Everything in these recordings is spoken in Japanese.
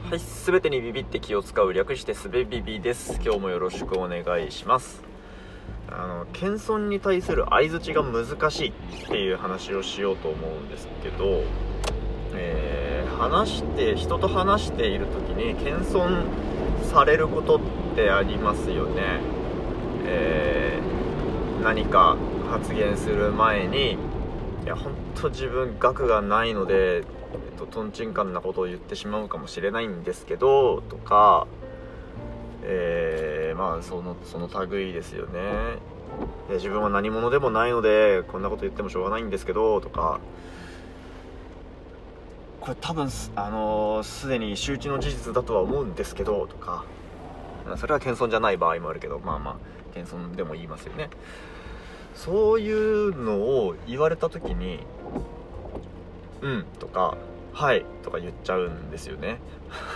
はい、すべてにビビって気を使う、略してすべビビです。今日もよろしくお願いします。謙遜に対する相槌が難しいっていう話をしようと思うんですけど、人と話している時に謙遜されることってありますよね。何か発言する前に、いや本当自分学がないのでとんちんかんなことを言ってしまうかもしれないんですけどとか、その類ですよね。自分は何者でもないのでこんなこと言ってもしょうがないんですけどとか、これ多分すでに周知の事実だとは思うんですけどとか、それは謙遜じゃない場合もあるけど、謙遜でも言いますよね。そういうのを言われた時にうんとかはいとか言っちゃうんですよね。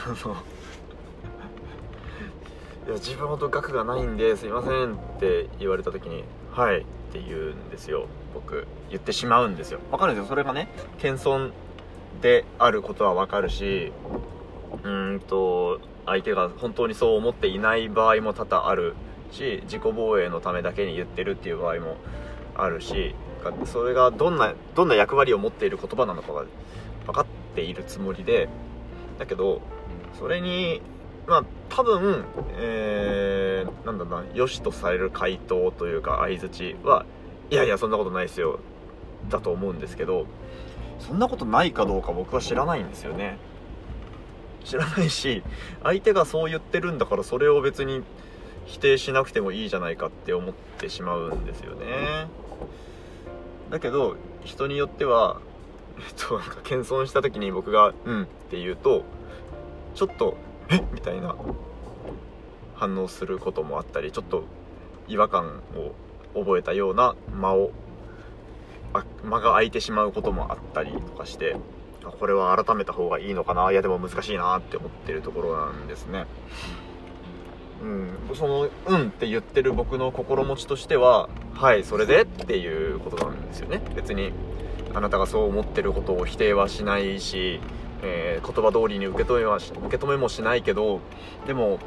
いや自分ほど学がないんですいませんって言われた時にはいって言うんですよ。僕言ってしまうんですよ。わかるんですよ。それがね謙遜であることはわかるし、相手が本当にそう思っていない場合も多々あるし、自己防衛のためだけに言ってるっていう場合もあるし、それがどんな役割を持っている言葉なのかが分かっているつもりで、だけどそれに多分、良しとされる回答というか相槌はいやいやそんなことないですよだと思うんですけど、そんなことないかどうか僕は知らないんですよね。知らないし、相手がそう言ってるんだからそれを別に否定しなくてもいいじゃないかって思ってしまうんですよね。だけど人によっては謙遜した時に僕がうんって言うとちょっとえみたいな反応することもあったり、ちょっと違和感を覚えたような間が空いてしまうこともあったりとかして、これは改めた方がいいのかな、いやでも難しいなって思ってるところなんですね。そのうんって言ってる僕の心持ちとしてははいそれでっていうことなんですよね。別にあなたがそう思ってることを否定はしないし、言葉通りに受け止めもしないけど、でも、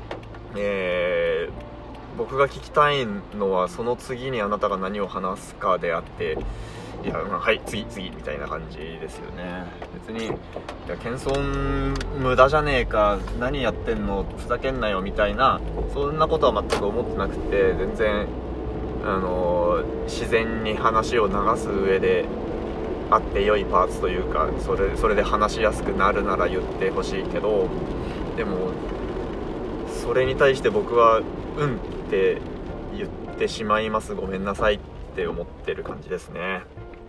僕が聞きたいのはその次にあなたが何を話すかであって、いやはい次みたいな感じですよね。別にいや謙遜無駄じゃねえか、何やってんのふざけんなよみたいな、そんなことは全く思ってなくて、全然自然に話を流す上であって良いパーツというか、それで話しやすくなるなら言ってほしいけど、でもそれに対して僕はうんって言ってしまいます。ごめんなさいって思ってる感じですね。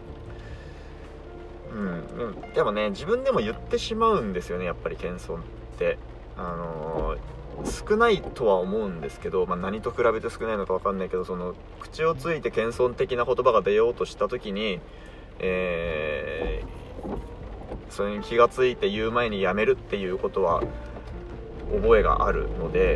でもね自分でも言ってしまうんですよね。やっぱり謙遜って少ないとは思うんですけど、何と比べて少ないのか分かんないけど、その口をついて謙遜的な言葉が出ようとした時に、それに気がついて言う前にやめるっていうことは覚えがあるので、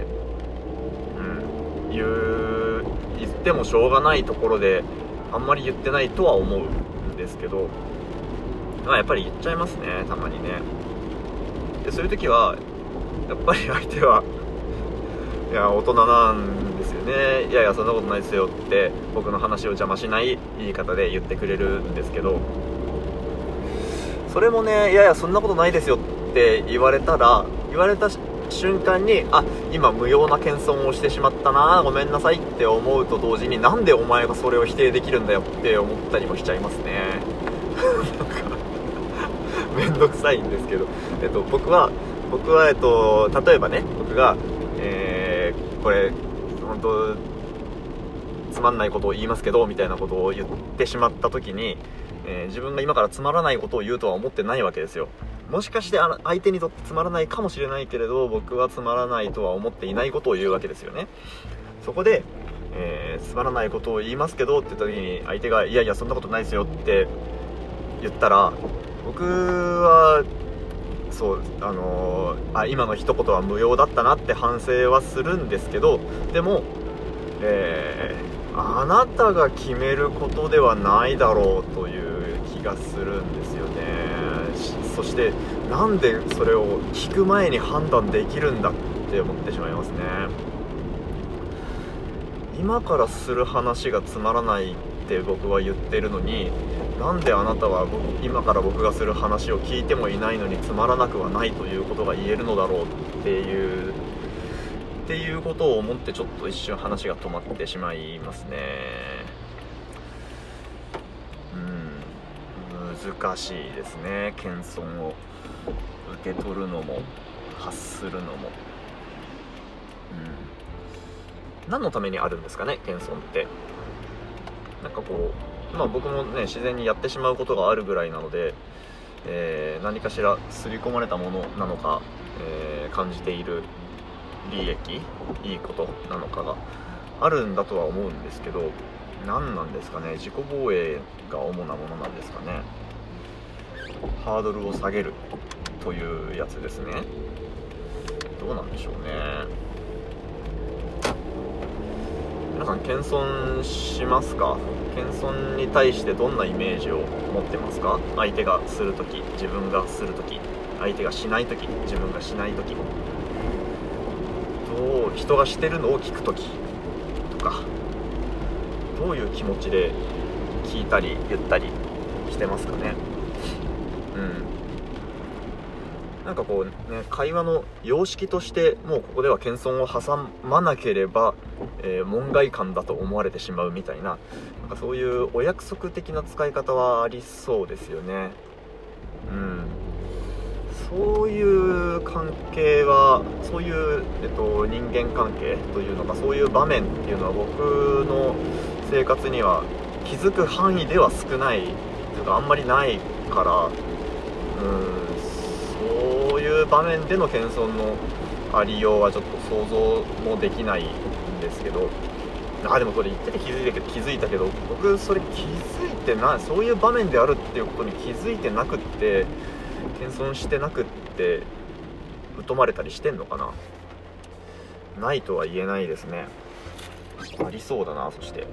言ってもしょうがないところであんまり言ってないとは思うんですけど、やっぱり言っちゃいますね、たまにね。でそういう時はやっぱり相手はいや大人なんですよね。いやいやそんなことないですよって僕の話を邪魔しない言い方で言ってくれるんですけど、それもねいやいやそんなことないですよって言われた瞬間に今無用な謙遜をしてしまったな、ごめんなさいって思うと同時に、なんでお前がそれを否定できるんだよって思ったりもしちゃいますね。めんどくさいんですけど、僕は例えばね、僕が、これ本当つまんないことを言いますけどみたいなことを言ってしまった時に、自分が今からつまらないことを言うとは思ってないわけですよ。もしかして相手にとってつまらないかもしれないけれど、僕はつまらないとは思っていないことを言うわけですよね。そこで、つまらないことを言いますけどって言った時に相手がいやいやそんなことないですよって言ったら、僕はそう今の一言は無用だったなって反省はするんですけど、でも、あなたが決めることではないだろうという気がするんですよね。 そしてなんでそれを聞く前に判断できるんだって思ってしまいますね。今からする話がつまらないって僕は言ってるのに、なんであなたは今から僕がする話を聞いてもいないのにつまらなくはないということが言えるのだろうっていうことを思って、ちょっと一瞬話が止まってしまいますね。難しいですね。謙遜を受け取るのも発するのも、何のためにあるんですかね、謙遜って。なんかこう、僕もね自然にやってしまうことがあるぐらいなので、何かしら刷り込まれたものなのか、感じている利益、いいことなのかがあるんだとは思うんですけど、何なんですかね。自己防衛が主なものなんですかね。ハードルを下げるというやつですね。どうなんでしょうね。皆さん謙遜しますか？謙遜に対してどんなイメージを持ってますか？相手がするとき、自分がするとき、相手がしないとき、自分がしないとき、人がしてるのを聞くときとか、どういう気持ちで聞いたり言ったりしてますかね。なんかこうね、会話の様式としてもうここでは謙遜を挟まなければ、門外漢だと思われてしまうみたいな、なんかそういうお約束的な使い方はありそうですよね。そういう関係は、そういう、人間関係というのか、そういう場面っていうのは僕の生活には気づく範囲では少ないというか、あんまりないから、そういう場面での謙遜のありようはちょっと想像もできないんですけど、でもそれ言ってて気づいたけど、僕それ気づいてない、そういう場面であるっていうことに気づいてなくって、謙遜してなくって疎まれたりしてんのかな。ないとは言えないですね。ありそうだな。そして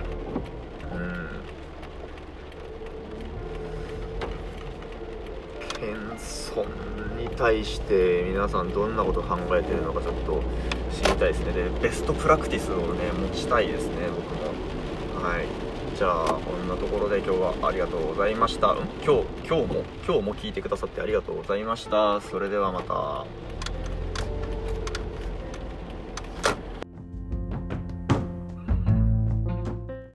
謙遜に対して皆さんどんなこと考えてるのかちょっと知りたいですね。で、ベストプラクティスをね持ちたいですね、僕も。じゃあこんなところで今日はありがとうございました。今日も聞いてくださってありがとうございました。それではまた。